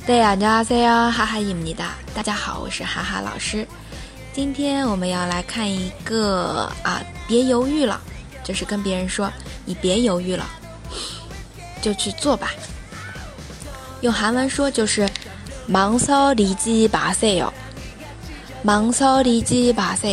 对呀，안녕하세요，哈哈입니다。大家好，我是哈哈老师。今天我们要来看一个别犹豫了，就是跟别人说你别犹豫了，就去做吧。用韩文说就是망설이지 마세요，망설이지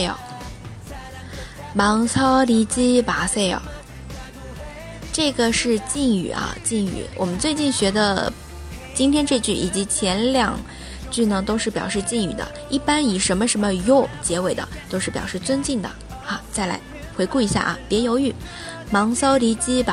마세요，망설이지 마세요。这个是敬语啊，敬语。我们最近学的今天这句以及前两句呢，都是表示敬语的，一般以什么什么yo结尾的都是表示尊敬的。好，再来回顾一下啊，别犹豫，망설이지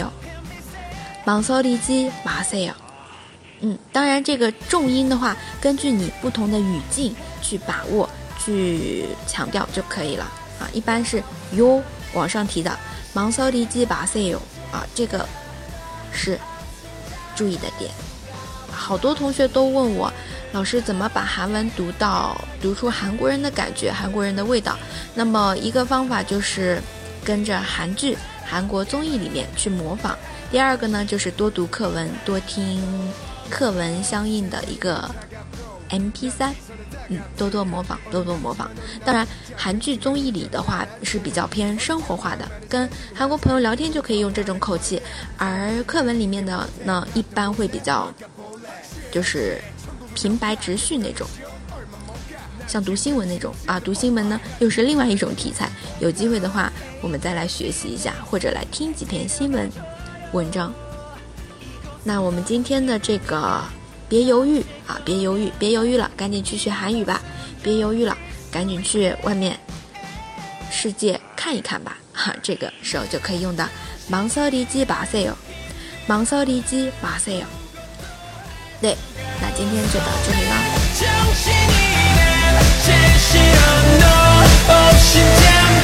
마세요，망설이지 마세요。当然这个重音的话，根据你不同的语境去把握、去强调就可以了啊。一般是yo往上提的，망설이지 마세요啊，这个是注意的点。好多同学都问我，老师怎么把韩文读出韩国人的感觉、韩国人的味道？那么一个方法就是跟着韩剧、韩国综艺里面去模仿。第二个呢，就是多读课文，多听课文相应的一个 MP3，多多模仿，多多模仿。当然，韩剧综艺里的话是比较偏生活化的，跟韩国朋友聊天就可以用这种口气，而课文里面的呢，一般会比较就是平白直叙那种，像读新闻那种啊。读新闻呢又是另外一种题材，有机会的话我们再来学习一下，或者来听几篇新闻文章。那我们今天的这个别犹豫啊，别犹豫了，赶紧去学韩语吧，别犹豫了，赶紧去外面世界看一看吧，这个时候就可以用到망설이지 마세요，망설이지 마세요。对，那今天就到这里了。